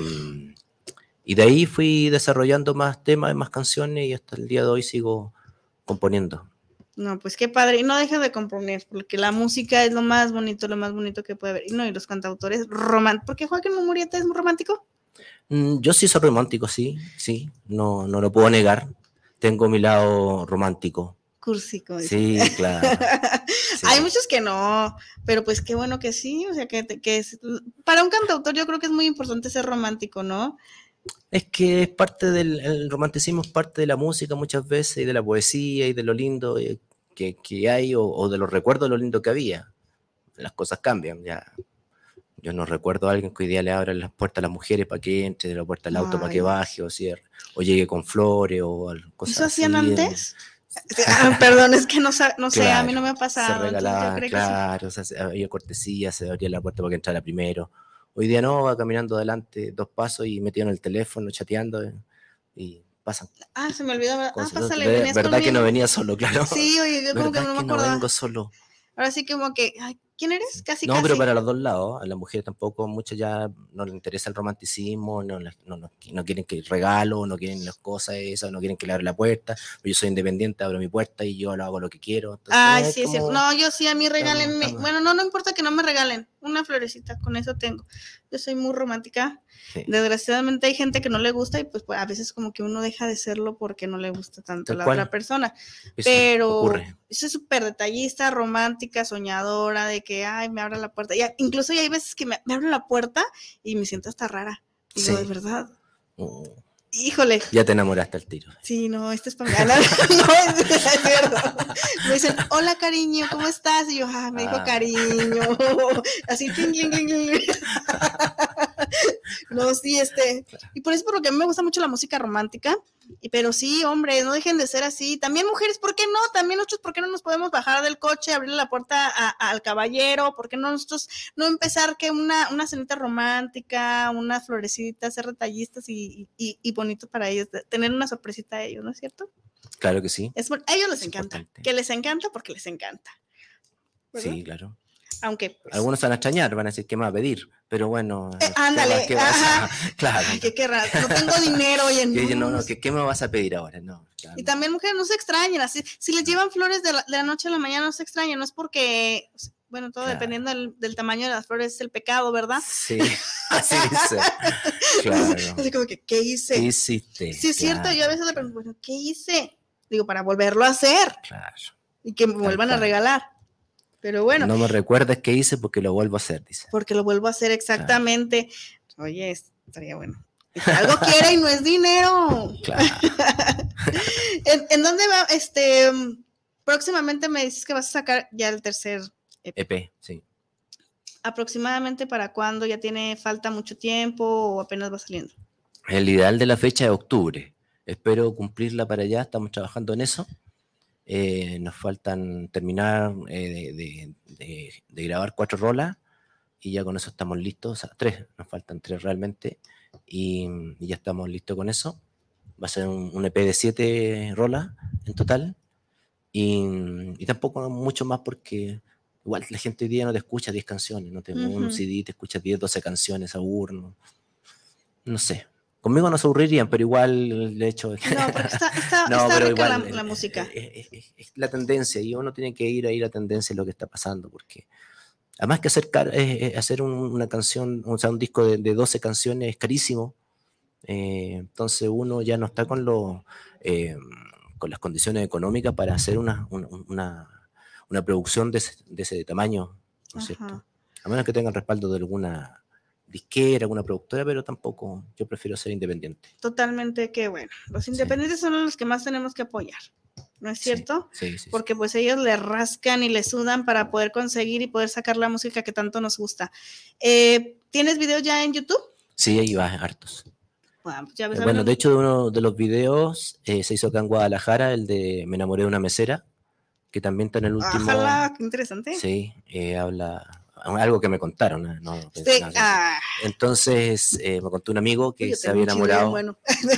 y de ahí fui desarrollando más temas, más canciones, y hasta el día de hoy sigo componiendo. No, pues qué padre, y no deja de componer, porque la música es lo más bonito, lo más bonito que puede haber, y no, y los cantautores románticos, ¿por qué Joaquín Murieta es muy romántico? Mm, yo sí soy romántico, sí, sí, no, no lo puedo negar, tengo mi lado romántico. Cursico. Sí, claro. Sí. Hay muchos que no, pero pues qué bueno que sí, o sea, que, que es, para un cantautor yo creo que es muy importante ser romántico, ¿no? Es que es parte del el romanticismo, es parte de la música muchas veces, y de la poesía, y de lo lindo que, que hay, o, o de los recuerdos de lo lindo que había. Las cosas cambian, ya Yo no recuerdo a alguien que hoy día le abra las puertas a las mujeres para que entre, la puerta del auto Ay. para que baje o cierre, o llegue con flores o al- cosas ¿Eso hacían así. antes? Ah, perdón, es que no, sa- no sé, a mí no me ha Claro, pasado. Se entonces yo regalaba, creo que sí. claro, o sea, se- había cortesía, se abría la puerta para que entrara primero. Hoy día no, va caminando adelante dos pasos y metido en el teléfono, chateando, eh, y pasan Ah, se me olvidó. Ah, cosas. pásale, Ve- venías ¿Verdad que no conmigo. venía solo, claro? Sí, oye, yo como que ¿Verdad no me que no acordaba. vengo solo? Ahora sí como que, ay, ¿quién eres? Casi, No, casi. pero para los dos lados, a la mujer tampoco mucho ya no le interesa el romanticismo, no, les- no, no, no quieren que regalo, no quieren las cosas esas, no quieren que le abra la puerta. Yo soy independiente, abro mi puerta y yo lo hago lo que quiero. Entonces, Ay, es sí, es cierto. como- No, yo sí, a mí estamos- regálenme. estamos- Bueno, no, no importa que no me regalen. Una florecita, con eso tengo. Yo soy muy romántica. sí. Desgraciadamente hay gente que no le gusta y pues, pues, a veces como que uno deja de serlo porque no le gusta tanto a Tal la cual. otra persona. Eso Pero ocurre. es súper detallista, romántica, soñadora, de que, ay, me abra la puerta. Ya, incluso ya hay veces que me, me abren la puerta y me siento hasta rara. Digo, Sí. de verdad. Oh, Híjole. ya te enamoraste al tiro. Sí, no, este es para mí. Ah, no, no, es, es cierto. Me dicen, hola cariño, ¿cómo estás? Y yo, ah, me dijo Ah. cariño. Así, cling, cling, cling, cling. No, sí, este. Y por eso por lo que a mí me gusta mucho la música romántica. Y, pero sí, hombre, no dejen de ser así. También mujeres, ¿por qué no? También nosotros, ¿por qué no nos podemos bajar del coche, abrirle la puerta a, a, al caballero? ¿Por qué no nosotros no empezar que una, una cenita romántica, unas florecitas, ser detallistas y, y, y bonitos para ellos, tener una sorpresita a ellos, ¿no es cierto? Claro que sí. Es por, a ellos les Es encanta. importante. Que les encanta porque les encanta. ¿Verdad? Sí, claro. Aunque, pues, Algunos se van a extrañar, van a decir, ¿qué me va a pedir? Pero bueno, Eh, ¿qué ándale, más- qué vas a- ajá. Claro. ay, qué querrás, no tengo dinero, oye, no. Que- no, no, ¿qué, qué me vas a pedir ahora? No, claro, Y no. también mujeres no se extrañen, así, si les llevan flores de la, de la noche a la mañana no se extrañen, no es porque, bueno, todo Claro. dependiendo del, del tamaño de las flores es el pecado, ¿verdad? Sí, así dice. Claro. Así como que, ¿qué hice? ¿Qué hiciste? Sí, es cierto, Claro, yo a veces le claro, pregunto, bueno, ¿qué hice? Digo, para volverlo a hacer claro. y que me Tal vuelvan a cual. regalar. Pero bueno, No me recuerdes qué hice porque lo vuelvo a hacer, dice. porque lo vuelvo a hacer exactamente. Oye, estaría bueno. Algo quiere y no es dinero. Claro. ¿En, en dónde va? Este, próximamente me dices que vas a sacar ya el tercer E P. E P, sí. ¿Aproximadamente para cuándo? ¿Ya tiene falta mucho tiempo o apenas va saliendo? El ideal de la fecha es octubre. Espero cumplirla para allá, estamos trabajando en eso. Eh, nos faltan terminar eh, de, de, de, de grabar cuatro rolas y ya con eso estamos listos. O sea, tres, nos faltan tres realmente y, y ya estamos listos con eso. Va a ser un, un E P de siete rolas en total y, y tampoco mucho más porque igual la gente hoy día no te escucha diez canciones, no te uh-huh. un C D te escucha diez, doce canciones, aburro. No sé. Conmigo no se aburrirían, pero igual el hecho de que... No, porque está, está, no, está pero rica igual, la, la música. Es, es, es la tendencia y uno tiene que ir a ir a tendencia en lo que está pasando, porque además que hacer, eh, hacer un, una canción, o sea, un disco de, de doce canciones es carísimo, eh, entonces uno ya no está con, lo, eh, con las condiciones económicas para hacer una, una, una, una producción de ese, de ese tamaño, ¿no es cierto? A menos que tengan respaldo de alguna disquera, alguna productora, pero tampoco, yo prefiero ser independiente. Totalmente, que bueno, los independientes sí. son los que más tenemos que apoyar, ¿no es cierto? Sí, sí, sí, porque pues ellos le rascan y le sudan para poder conseguir y poder sacar la música que tanto nos gusta. Eh, ¿Tienes videos ya en YouTube? Sí, ahí va, hartos. Bueno, ya ves, eh, bueno de hecho, uno de los videos eh, se hizo acá en Guadalajara, el de Me enamoré de una mesera, que también está en el último... Ojalá, qué interesante. Sí, eh, habla... algo que me contaron, ¿eh? No, sí, no, ah. Entonces eh, me contó un amigo que Yo se había enamorado. Bueno.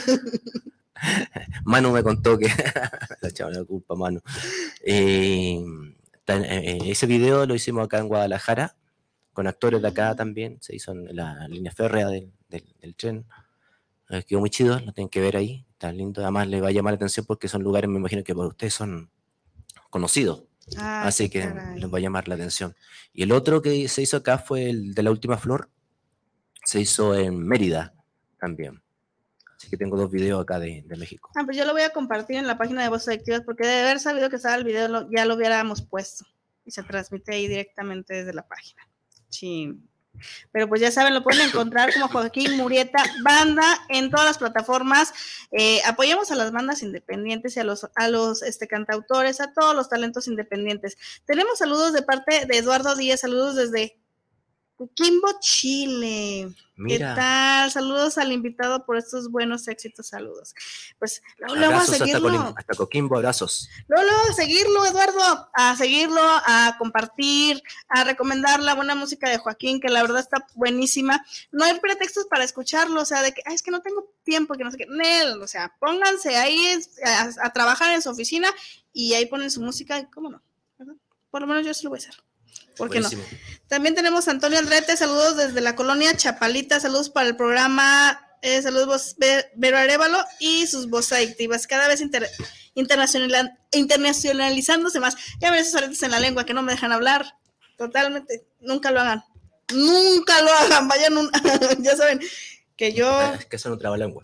Manu me contó que la echaba la culpa, Manu. Eh, eh, ese video lo hicimos acá en Guadalajara con actores de acá también. Se hizo en la línea férrea del, del, del tren. Eh, quedó muy chido, lo tienen que ver ahí. Está lindo. Además, les va a llamar la atención porque son lugares, me imagino que para ustedes son conocidos. Ah, así que caray. Les va a llamar la atención. Y el otro que se hizo acá fue el de La Última Flor, se hizo en Mérida también. Así que tengo dos videos acá de, de México. Ah, pues yo lo voy a compartir en la página de Voces Adictivas porque de haber sabido que estaba el video lo, ya lo hubiéramos puesto y se transmite ahí directamente desde la página. Sí. Pero pues ya saben, lo pueden encontrar como Joaquín Murrieta Banda en todas las plataformas. Eh, apoyemos a las bandas independientes y a los, a los este, cantautores, a todos los talentos independientes. Tenemos saludos de parte de Eduardo Díaz, saludos desde Coquimbo, Chile. Mira. ¿Qué tal? Saludos al invitado por estos buenos éxitos. Saludos. Pues luego, luego a seguirlo. Hasta, hasta Coquimbo, abrazos. Luego, luego a seguirlo, Eduardo. A seguirlo, a compartir, a recomendar la buena música de Joaquín, que la verdad está buenísima. No hay pretextos para escucharlo, o sea, de que ay, es que no tengo tiempo, que no sé qué. Nel, o sea, pónganse ahí a, a trabajar en su oficina y ahí ponen su música, y cómo no, ¿verdad? Por lo menos yo sí lo voy a hacer. ¿Por qué Buenísimo. No? También tenemos a Antonio Andrete, saludos desde la colonia Chapalita, saludos para el programa, eh, saludos Vero Arévalo y sus voces adictivas, cada vez inter, internacional, internacionalizándose más. Ya ven esos aretes en la lengua que no me dejan hablar, totalmente, nunca lo hagan, nunca lo hagan, vayan, un, ya saben, que yo... Es que eso no traba lengua.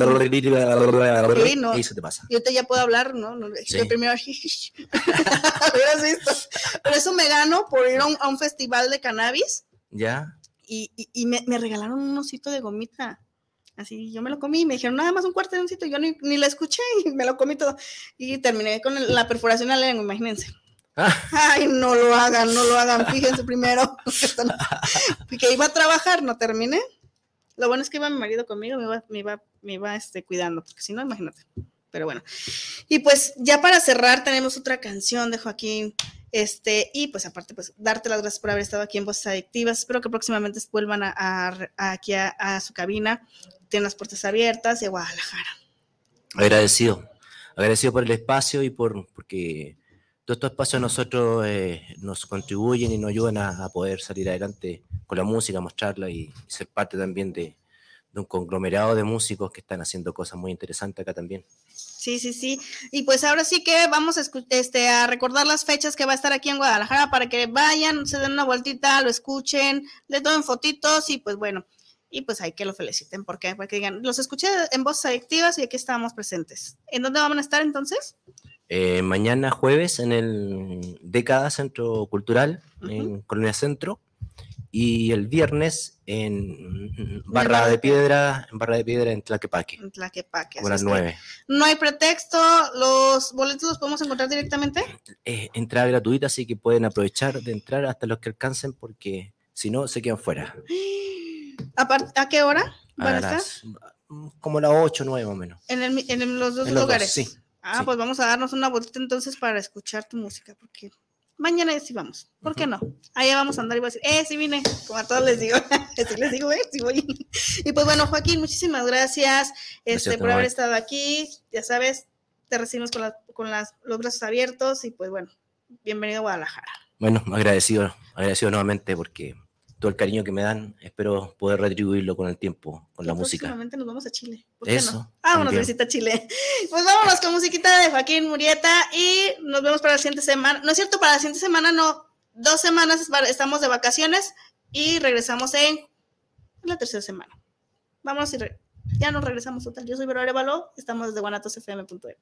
Sí, no. Y se te pasa. Yo te ya puedo hablar, ¿no? no sí. Yo primero... Hubieras visto. Pero eso me gano por ir a un, a un festival de cannabis. Ya. Y, y, y me, me regalaron un osito de gomita. Así, yo me lo comí y me dijeron, nada más un cuarto de oncito. Yo ni, ni lo escuché y me lo comí todo. Y terminé con el, la perforación a la lengua, imagínense. Ah. Ay, no lo hagan, no lo hagan. Fíjense primero. Que iba a trabajar, no terminé. Lo bueno es que iba mi marido conmigo, me iba, me iba, me iba este, cuidando, porque si no, imagínate. Pero bueno. Y pues ya para cerrar tenemos otra canción de Joaquín. Este, y pues aparte, pues darte las gracias por haber estado aquí en Voces Adictivas. Espero que próximamente vuelvan a, a, a aquí a, a su cabina. Tienen las puertas abiertas de Guadalajara. Agradecido. Agradecido por el espacio y por porque todos estos espacios a nosotros eh, nos contribuyen y nos ayudan a, a poder salir adelante con la música, mostrarla y, y ser parte también de, de un conglomerado de músicos que están haciendo cosas muy interesantes acá también. Sí, sí, sí. Y pues ahora sí que vamos a, este, a recordar las fechas que va a estar aquí en Guadalajara para que vayan, se den una vueltita, lo escuchen, le tomen fotitos y pues bueno, y pues hay que lo feliciten. ¿Por qué? Porque digan, los escuché en Voces Adictivas y aquí estábamos presentes. ¿En dónde van a estar entonces? Eh, mañana jueves en el Década Centro Cultural, uh-huh. en Colonia Centro, y el viernes en Barra de Piedra, en Barra de Piedra en Tlaquepaque. En Tlaquepaque. A las nueve. No hay pretexto, los boletos los podemos encontrar directamente. Eh, entrada gratuita, así que pueden aprovechar de entrar hasta los que alcancen, porque si no se quedan fuera. ¿A, ¿A qué hora van a, a las, estar? Como a las ocho o nueve más o menos. En, el, en los dos en lugares. Los dos, sí. Ah, sí. Pues vamos a darnos una vuelta entonces para escuchar tu música, porque mañana sí vamos. ¿Por uh-huh. qué no? Allá vamos a andar y voy a decir, eh, sí vine, como a todos les digo. Sí les digo, eh, sí voy. Y pues bueno, Joaquín, muchísimas gracias, este, gracias por haber estado aquí. Ya sabes, te recibimos con, la, con las, los brazos abiertos y pues bueno, bienvenido a Guadalajara. Bueno, agradecido, agradecido nuevamente porque todo el cariño que me dan, espero poder retribuirlo con el tiempo, con la música. Próximamente nos vamos a Chile. ¿Por Eso. qué no? Vámonos, visita Chile. Pues vámonos con musiquita de Joaquín Murrieta y nos vemos para la siguiente semana. No es cierto, para la siguiente semana no. Dos semanas estamos de vacaciones y regresamos en la tercera semana. Vámonos y re- ya nos regresamos total. Yo soy Vero Arévalo, estamos desde guanatos f m punto e.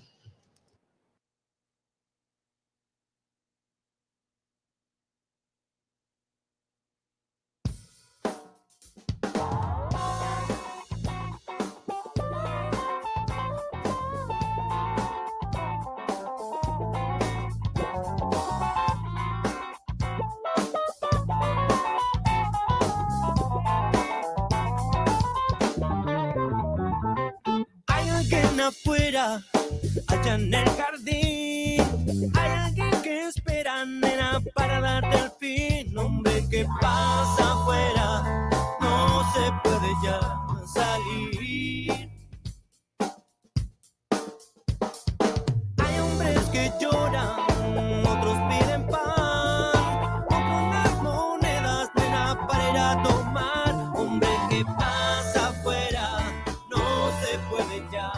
Afuera, allá en el jardín, hay alguien que espera, nena, para darte el fin. Hombre, ¿qué pasa afuera? No se puede ya salir. Hay hombres que lloran, otros piden pan, con las monedas, nena, para ir a tomar. Hombre, ¿qué pasa afuera? No se puede ya.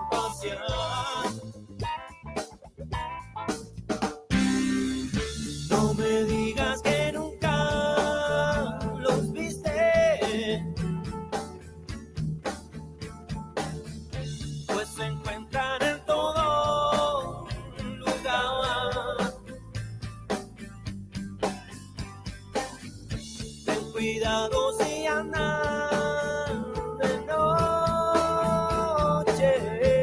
No me digas que nunca los viste, pues se encuentran en todo lugar. Ten cuidado si andas de noche,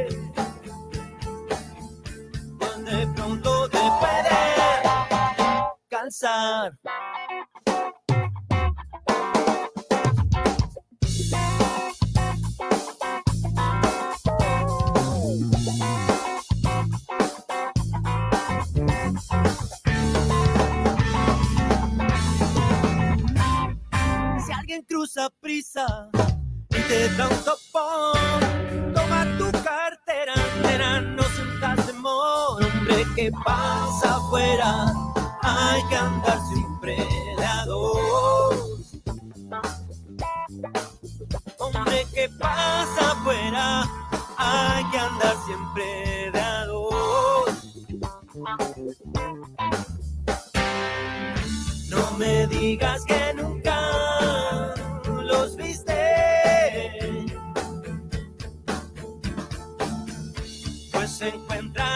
de pronto te puede cansar. da un topón, toma tu cartera, nena, no sientas temor, hombre, ¿qué pasa afuera? Hay que andar siempre de a dos. Hombre, ¿qué pasa afuera? Hay que andar siempre de a dos. No me digas que nunca los viste, pues se encuentra